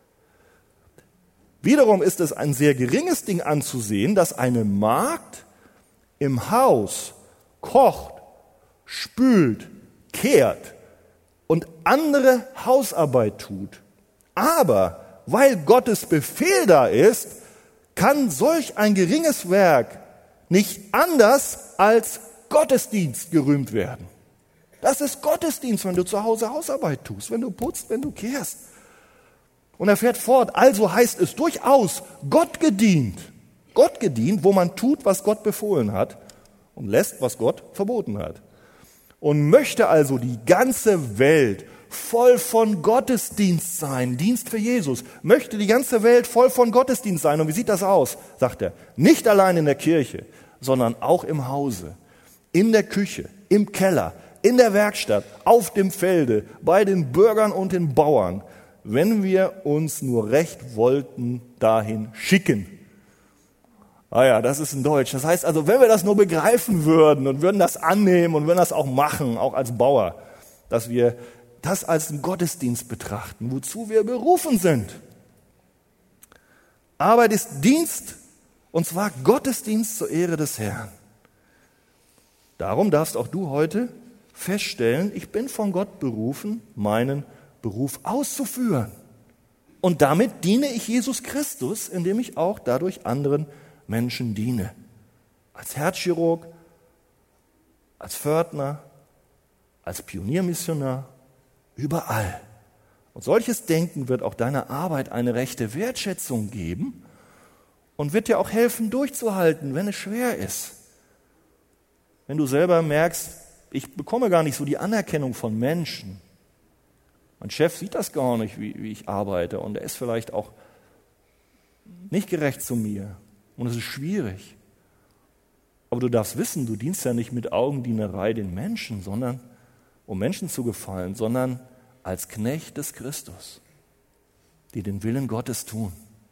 Wiederum ist es ein sehr geringes Ding anzusehen, dass eine Magd im Haus kocht, spült, kehrt und andere Hausarbeit tut. Aber weil Gottes Befehl da ist, kann solch ein geringes Werk nicht anders als Gottesdienst gerühmt werden. Das ist Gottesdienst, wenn du zu Hause Hausarbeit tust, wenn du putzt, wenn du kehrst. Und er fährt fort, also heißt es durchaus Gott gedient. Gott gedient, wo man tut, was Gott befohlen hat und lässt, was Gott verboten hat. Und möchte also die ganze Welt voll von Gottesdienst sein, Dienst für Jesus, möchte die ganze Welt voll von Gottesdienst sein. Und wie sieht das aus? Sagt er, nicht allein in der Kirche, sondern auch im Hause, in der Küche, im Keller, in der Werkstatt, auf dem Felde, bei den Bürgern und den Bauern, wenn wir uns nur recht wollten, dahin schicken. Ah ja, das ist in Deutsch. Das heißt also, wenn wir das nur begreifen würden und würden das annehmen und würden das auch machen, auch als Bauer, dass wir das als einen Gottesdienst betrachten, wozu wir berufen sind. Arbeit ist Dienst, und zwar Gottesdienst zur Ehre des Herrn. Darum darfst auch du heute feststellen, ich bin von Gott berufen, meinen Beruf auszuführen. Und damit diene ich Jesus Christus, indem ich auch dadurch anderen Menschen diene. Als Herzchirurg, als Pförtner, als Pioniermissionar, überall. Und solches Denken wird auch deiner Arbeit eine rechte Wertschätzung geben und wird dir auch helfen, durchzuhalten, wenn es schwer ist. Wenn du selber merkst, ich bekomme gar nicht so die Anerkennung von Menschen. Mein Chef sieht das gar nicht, wie, wie ich arbeite, und er ist vielleicht auch nicht gerecht zu mir. Und es ist schwierig. Aber du darfst wissen, du dienst ja nicht mit Augendienerei den Menschen, sondern um Menschen zu gefallen, sondern als Knecht des Christus, die den Willen Gottes tun.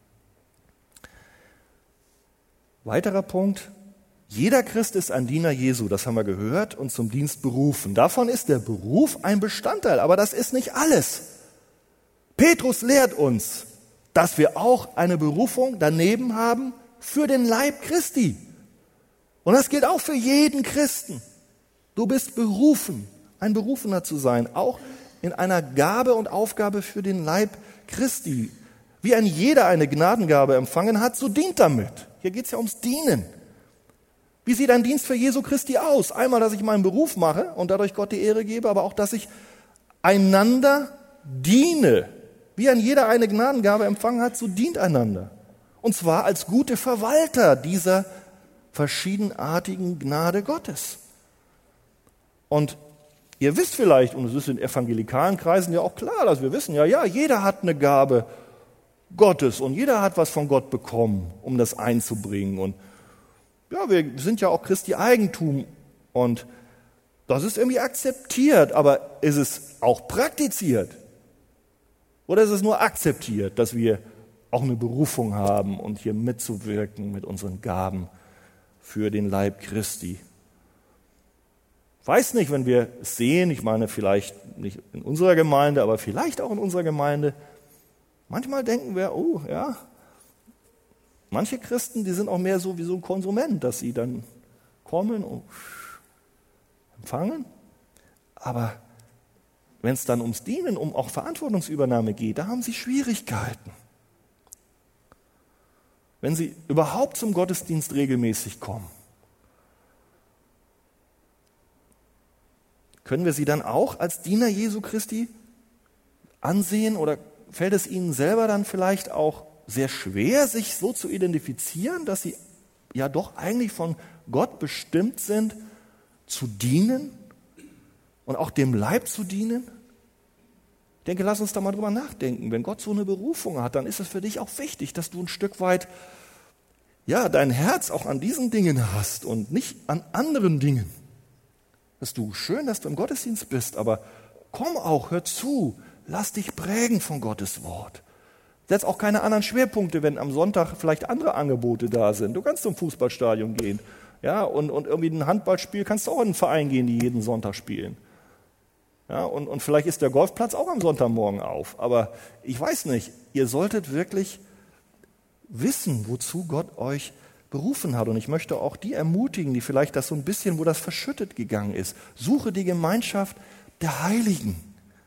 Weiterer Punkt, jeder Christ ist ein Diener Jesu, das haben wir gehört, und zum Dienst berufen. Davon ist der Beruf ein Bestandteil, aber das ist nicht alles. Petrus lehrt uns, dass wir auch eine Berufung daneben haben für den Leib Christi. Und das gilt auch für jeden Christen. Du bist berufen, ein Berufener zu sein, auch in einer Gabe und Aufgabe für den Leib Christi. Wie ein jeder eine Gnadengabe empfangen hat, so dient damit. Hier geht es ja ums Dienen. Wie sieht ein Dienst für Jesu Christi aus? Einmal, dass ich meinen Beruf mache und dadurch Gott die Ehre gebe, aber auch, dass ich einander diene. Wie ein jeder eine Gnadengabe empfangen hat, so dient einander. Und zwar als gute Verwalter dieser verschiedenartigen Gnade Gottes. Und ihr wisst vielleicht, und es ist in evangelikalen Kreisen ja auch klar, dass wir wissen, ja, ja, jeder hat eine Gabe Gottes und jeder hat was von Gott bekommen, um das einzubringen. Und ja, wir sind ja auch Christi Eigentum und das ist irgendwie akzeptiert, aber ist es auch praktiziert? Oder ist es nur akzeptiert, dass wir auch eine Berufung haben und hier mitzuwirken mit unseren Gaben für den Leib Christi? Ich weiß nicht, wenn wir es sehen, ich meine vielleicht nicht in unserer Gemeinde, aber vielleicht auch in unserer Gemeinde, manchmal denken wir, oh ja, manche Christen, die sind auch mehr so wie so ein Konsument, dass sie dann kommen und empfangen. Aber wenn es dann ums Dienen, um auch Verantwortungsübernahme geht, da haben sie Schwierigkeiten. wenn sie überhaupt zum Gottesdienst regelmäßig kommen, können wir sie dann auch als Diener Jesu Christi ansehen oder fällt es ihnen selber dann vielleicht auch sehr schwer, sich so zu identifizieren, dass sie ja doch eigentlich von Gott bestimmt sind, zu dienen und auch dem Leib zu dienen? Ich denke, lass uns da mal drüber nachdenken. Wenn Gott so eine Berufung hat, dann ist es für dich auch wichtig, dass du ein Stück weit ja, dein Herz auch an diesen Dingen hast und nicht an anderen Dingen. Dass du, schön, dass du im Gottesdienst bist, aber komm auch, hör zu, lass dich prägen von Gottes Wort. Setz auch keine anderen Schwerpunkte, wenn am Sonntag vielleicht andere Angebote da sind. Du kannst zum Fußballstadion gehen, ja, und, und irgendwie ein Handballspiel kannst du auch in einen Verein gehen, die jeden Sonntag spielen. Ja, und, und vielleicht ist der Golfplatz auch am Sonntagmorgen auf. Aber ich weiß nicht, ihr solltet wirklich wissen, wozu Gott euch berufen hat. Und ich möchte auch die ermutigen, die vielleicht das so ein bisschen, wo das verschüttet gegangen ist. Suche die Gemeinschaft der Heiligen.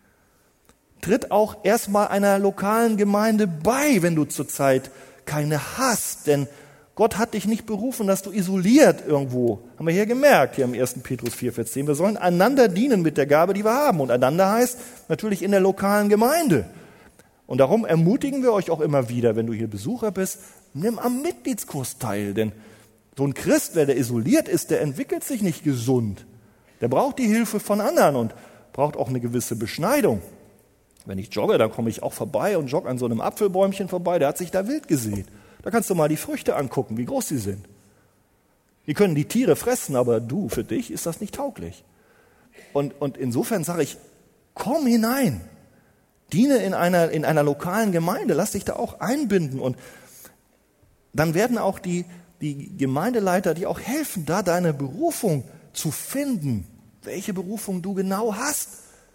Tritt auch erstmal einer lokalen Gemeinde bei, wenn du zurzeit keine hast. Denn Gott hat dich nicht berufen, dass du isoliert irgendwo, haben wir hier gemerkt, hier im ersten Petrus vier, Vers zehn. Wir sollen einander dienen mit der Gabe, die wir haben. Und einander heißt natürlich in der lokalen Gemeinde. Und darum ermutigen wir euch auch immer wieder, wenn du hier Besucher bist, nimm am Mitgliedskurs teil. Denn so ein Christ, wer der isoliert ist, der entwickelt sich nicht gesund. Der braucht die Hilfe von anderen und braucht auch eine gewisse Beschneidung. Wenn ich jogge, dann komme ich auch vorbei und jogge an so einem Apfelbäumchen vorbei, der hat sich da wild gesät. Da kannst du mal die Früchte angucken, wie groß sie sind. Die können die Tiere fressen, aber du, für dich ist das nicht tauglich. Und, und insofern sage ich, komm hinein. Diene in einer, in einer lokalen Gemeinde, lass dich da auch einbinden. Und dann werden auch die, die Gemeindeleiter dir auch helfen, da deine Berufung zu finden, welche Berufung du genau hast.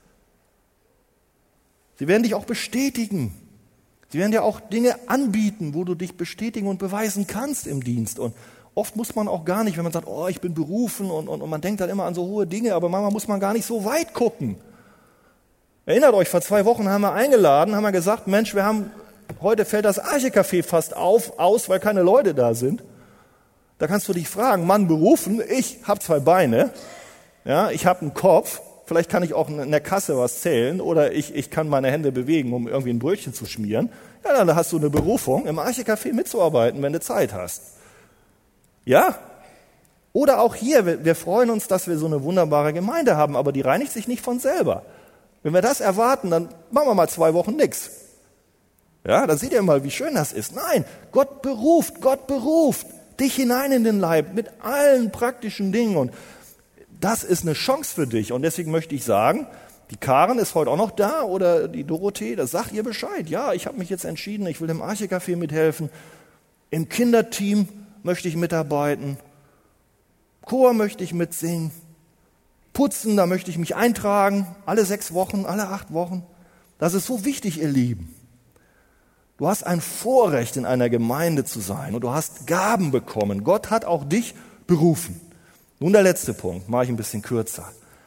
Sie werden dich auch bestätigen. Sie werden dir auch Dinge anbieten, wo du dich bestätigen und beweisen kannst im Dienst. Und oft muss man auch gar nicht, wenn man sagt, oh, ich bin berufen und, und, und man denkt dann immer an so hohe Dinge, aber manchmal muss man gar nicht so weit gucken. Erinnert euch, vor zwei Wochen haben wir eingeladen, haben wir gesagt, Mensch, wir haben, heute fällt das Arche-Café fast auf, aus, weil keine Leute da sind. Da kannst du dich fragen, Mann, berufen, ich habe zwei Beine, ja, ich habe einen Kopf, vielleicht kann ich auch in der Kasse was zählen oder ich, ich kann meine Hände bewegen, um irgendwie ein Brötchen zu schmieren. Ja, dann hast du eine Berufung, im Arche-Café mitzuarbeiten, wenn du Zeit hast. Ja? Oder auch hier, wir, wir freuen uns, dass wir so eine wunderbare Gemeinde haben, aber die reinigt sich nicht von selber. Wenn wir das erwarten, dann machen wir mal zwei Wochen nichts. Ja, dann seht ihr mal, wie schön das ist. Nein, Gott beruft, Gott beruft dich hinein in den Leib mit allen praktischen Dingen. Und das ist eine Chance für dich. Und deswegen möchte ich sagen, die Karen ist heute auch noch da oder die Dorothee, das sagt ihr Bescheid. Ja, ich habe mich jetzt entschieden, ich will dem Arche-Café mithelfen. Im Kinderteam möchte ich mitarbeiten. Chor möchte ich mitsingen. Putzen, da möchte ich mich eintragen, alle sechs Wochen, alle acht Wochen. Das ist so wichtig, ihr Lieben. Du hast ein Vorrecht, in einer Gemeinde zu sein und du hast Gaben bekommen. Gott hat auch dich berufen. Nun der letzte Punkt, mache ich ein bisschen kürzer.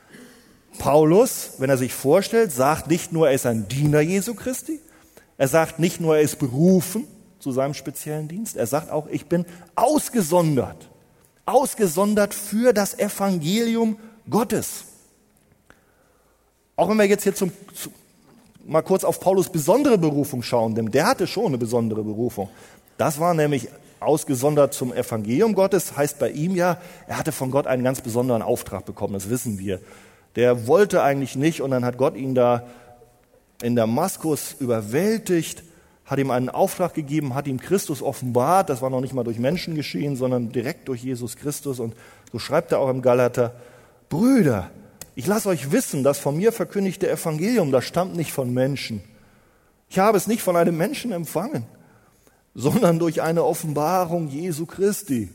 Paulus, wenn er sich vorstellt, sagt nicht nur, er ist ein Diener Jesu Christi, er sagt nicht nur, er ist berufen zu seinem speziellen Dienst, er sagt auch, ich bin ausgesondert, ausgesondert für das Evangelium Gottes. Auch wenn wir jetzt hier zum, zu, mal kurz auf Paulus besondere Berufung schauen, denn der hatte schon eine besondere Berufung. Das war nämlich ausgesondert zum Evangelium Gottes, heißt bei ihm ja, er hatte von Gott einen ganz besonderen Auftrag bekommen, das wissen wir. Der wollte eigentlich nicht und dann hat Gott ihn da in Damaskus überwältigt, hat ihm einen Auftrag gegeben, hat ihm Christus offenbart, das war noch nicht mal durch Menschen geschehen, sondern direkt durch Jesus Christus und so schreibt er auch im Galater, Brüder, ich lasse euch wissen, das von mir verkündigte Evangelium, das stammt nicht von Menschen. Ich habe es nicht von einem Menschen empfangen, sondern durch eine Offenbarung Jesu Christi.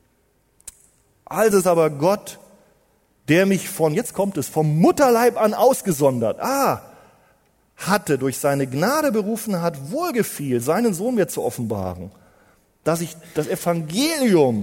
Als es aber Gott, der mich von, jetzt kommt es, vom Mutterleib an ausgesondert, ah, hatte, durch seine Gnade berufen hat, wohlgefiel, seinen Sohn mir zu offenbaren, dass ich das Evangelium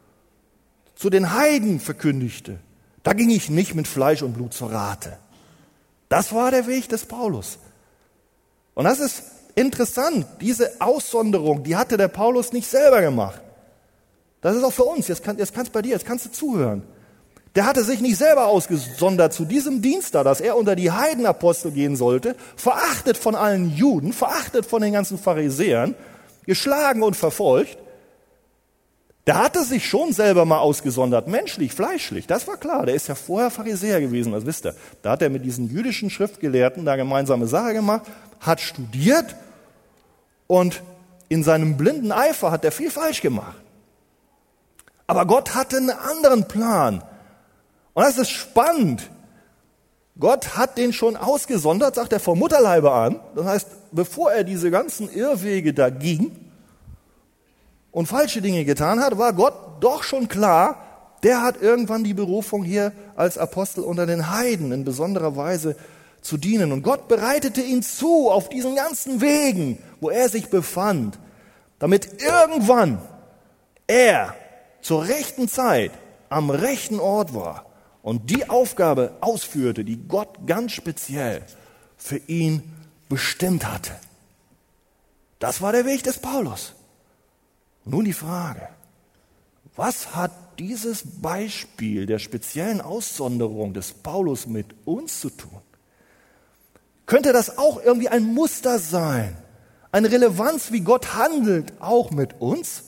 zu den Heiden verkündigte. Da ging ich nicht mit Fleisch und Blut zur Rate. Das war der Weg des Paulus. Und das ist interessant, diese Aussonderung, die hatte der Paulus nicht selber gemacht. Das ist auch für uns, jetzt, kann, jetzt kannst bei dir, jetzt kannst du zuhören. Der hatte sich nicht selber ausgesondert zu diesem Dienst da, dass er unter die Heidenapostel gehen sollte, verachtet von allen Juden, verachtet von den ganzen Pharisäern, geschlagen und verfolgt. Der hatte sich schon selber mal ausgesondert, menschlich, fleischlich, das war klar. Der ist ja vorher Pharisäer gewesen, das wisst ihr. Da hat er mit diesen jüdischen Schriftgelehrten da gemeinsame Sache gemacht, hat studiert und in seinem blinden Eifer hat er viel falsch gemacht. Aber Gott hatte einen anderen Plan. Und das ist spannend. Gott hat den schon ausgesondert, sagt er, vom Mutterleibe an. Das heißt, bevor er diese ganzen Irrwege da ging und falsche Dinge getan hat, war Gott doch schon klar, der hat irgendwann die Berufung hier als Apostel unter den Heiden in besonderer Weise zu dienen. Und Gott bereitete ihn zu auf diesen ganzen Wegen, wo er sich befand, damit irgendwann er zur rechten Zeit am rechten Ort war und die Aufgabe ausführte, die Gott ganz speziell für ihn bestimmt hatte. Das war der Weg des Paulus. Nun die Frage, was hat dieses Beispiel der speziellen Aussonderung des Paulus mit uns zu tun? Könnte das auch irgendwie ein Muster sein, eine Relevanz, wie Gott handelt, auch mit uns,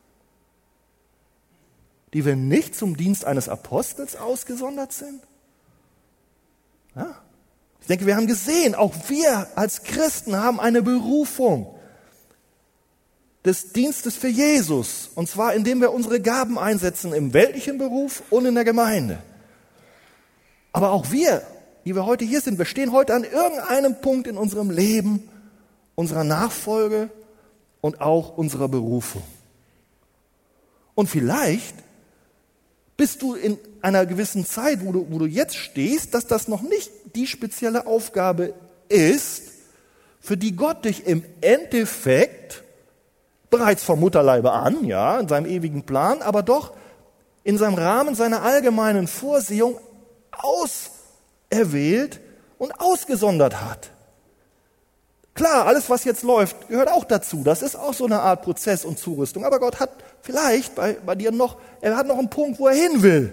die wir nicht zum Dienst eines Apostels ausgesondert sind? Ja? Ich denke, wir haben gesehen, auch wir als Christen haben eine Berufung des Dienstes für Jesus. Und zwar, indem wir unsere Gaben einsetzen im weltlichen Beruf und in der Gemeinde. Aber auch wir, die wir heute hier sind, wir stehen heute an irgendeinem Punkt in unserem Leben, unserer Nachfolge und auch unserer Berufung. Und vielleicht bist du in einer gewissen Zeit, wo du, wo du jetzt stehst, dass das noch nicht die spezielle Aufgabe ist, für die Gott dich im Endeffekt bereits vom Mutterleibe an, ja, in seinem ewigen Plan, aber doch in seinem Rahmen seiner allgemeinen Vorsehung auserwählt und ausgesondert hat. Klar, alles, was jetzt läuft, gehört auch dazu. Das ist auch so eine Art Prozess und Zurüstung. Aber Gott hat vielleicht bei, bei dir noch, er hat noch einen Punkt, wo er hin will.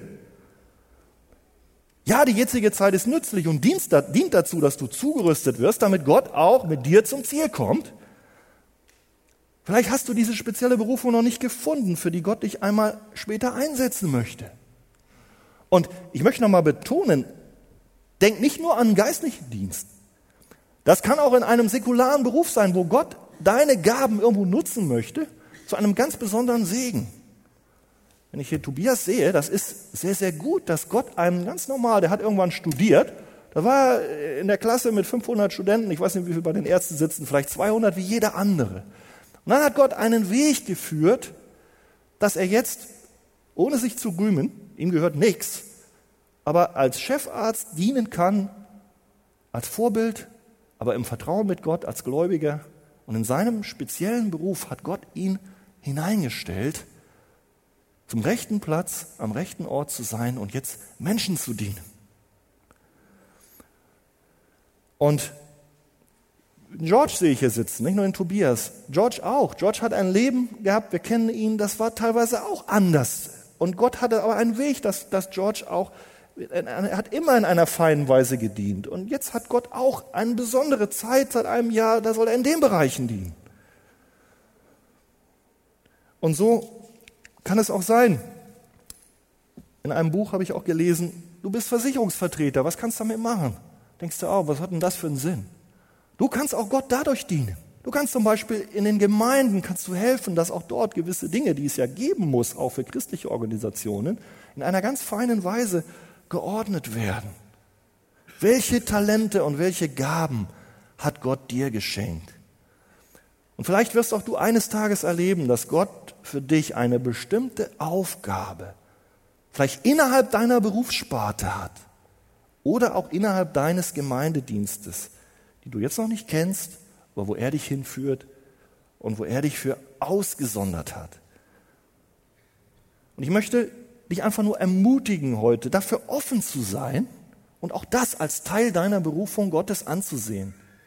Ja, die jetzige Zeit ist nützlich und dient dazu, dass du zugerüstet wirst, damit Gott auch mit dir zum Ziel kommt. Vielleicht hast du diese spezielle Berufung noch nicht gefunden, für die Gott dich einmal später einsetzen möchte. Und ich möchte noch mal betonen, denk nicht nur an einen geistlichen Dienst. Das kann auch in einem säkularen Beruf sein, wo Gott deine Gaben irgendwo nutzen möchte, zu einem ganz besonderen Segen. Wenn ich hier Tobias sehe, das ist sehr, sehr gut, dass Gott einem ganz normal, der hat irgendwann studiert, da war er in der Klasse mit fünfhundert Studenten, ich weiß nicht, wie viele bei den Ärzten sitzen, vielleicht zweihundert wie jeder andere. Und dann hat Gott einen Weg geführt, dass er jetzt, ohne sich zu rühmen, ihm gehört nichts, aber als Chefarzt dienen kann, als Vorbild, aber im Vertrauen mit Gott als Gläubiger. Und in seinem speziellen Beruf hat Gott ihn hineingestellt, zum rechten Platz, am rechten Ort zu sein und jetzt Menschen zu dienen. Und George sehe ich hier sitzen, nicht nur in Tobias. George auch. George hat ein Leben gehabt, wir kennen ihn, das war teilweise auch anders. Und Gott hatte aber einen Weg, dass, dass George auch, er hat immer in einer feinen Weise gedient. Und jetzt hat Gott auch eine besondere Zeit seit einem Jahr, da soll er in den Bereichen dienen. Und so kann es auch sein. In einem Buch habe ich auch gelesen, du bist Versicherungsvertreter, was kannst du damit machen? Denkst du auch, was hat denn das für einen Sinn? Du kannst auch Gott dadurch dienen. Du kannst zum Beispiel in den Gemeinden, kannst du helfen, dass auch dort gewisse Dinge, die es ja geben muss, auch für christliche Organisationen, in einer ganz feinen Weise geordnet werden. Welche Talente und welche Gaben hat Gott dir geschenkt? Und vielleicht wirst auch du eines Tages erleben, dass Gott für dich eine bestimmte Aufgabe, vielleicht innerhalb deiner Berufssparte hat oder auch innerhalb deines Gemeindedienstes, die du jetzt noch nicht kennst, aber wo er dich hinführt und wo er dich für ausgesondert hat. Und ich möchte dich einfach nur ermutigen heute, dafür offen zu sein und auch das als Teil deiner Berufung Gottes anzusehen.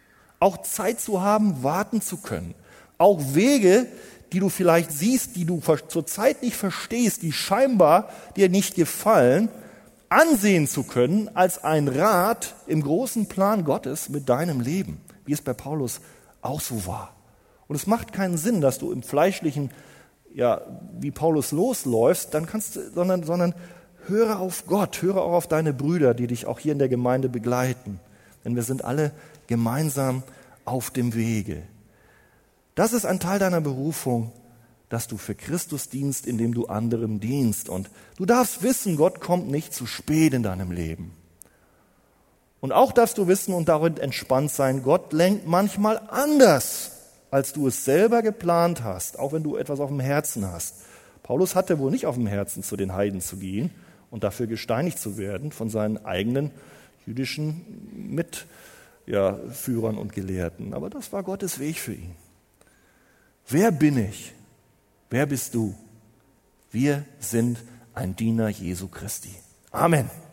Auch Zeit zu haben, warten zu können. Auch Wege, die du vielleicht siehst, die du zurzeit nicht verstehst, die scheinbar dir nicht gefallen, ansehen zu können als ein Rat im großen Plan Gottes mit deinem Leben, wie es bei Paulus auch so war. Und es macht keinen Sinn, dass du im fleischlichen, ja, wie Paulus losläufst, dann kannst du, sondern, sondern höre auf Gott, höre auch auf deine Brüder, die dich auch hier in der Gemeinde begleiten. Denn wir sind alle gemeinsam auf dem Wege. Das ist ein Teil deiner Berufung, dass du für Christus dienst, indem du anderen dienst. Und du darfst wissen, Gott kommt nicht zu spät in deinem Leben. Und auch darfst du wissen und darin entspannt sein, Gott lenkt manchmal anders, als du es selber geplant hast, auch wenn du etwas auf dem Herzen hast. Paulus hatte wohl nicht auf dem Herzen, zu den Heiden zu gehen und dafür gesteinigt zu werden von seinen eigenen jüdischen Mitführern und Gelehrten. Aber das war Gottes Weg für ihn. Wer bin ich? Wer bist du? Wir sind ein Diener Jesu Christi. Amen.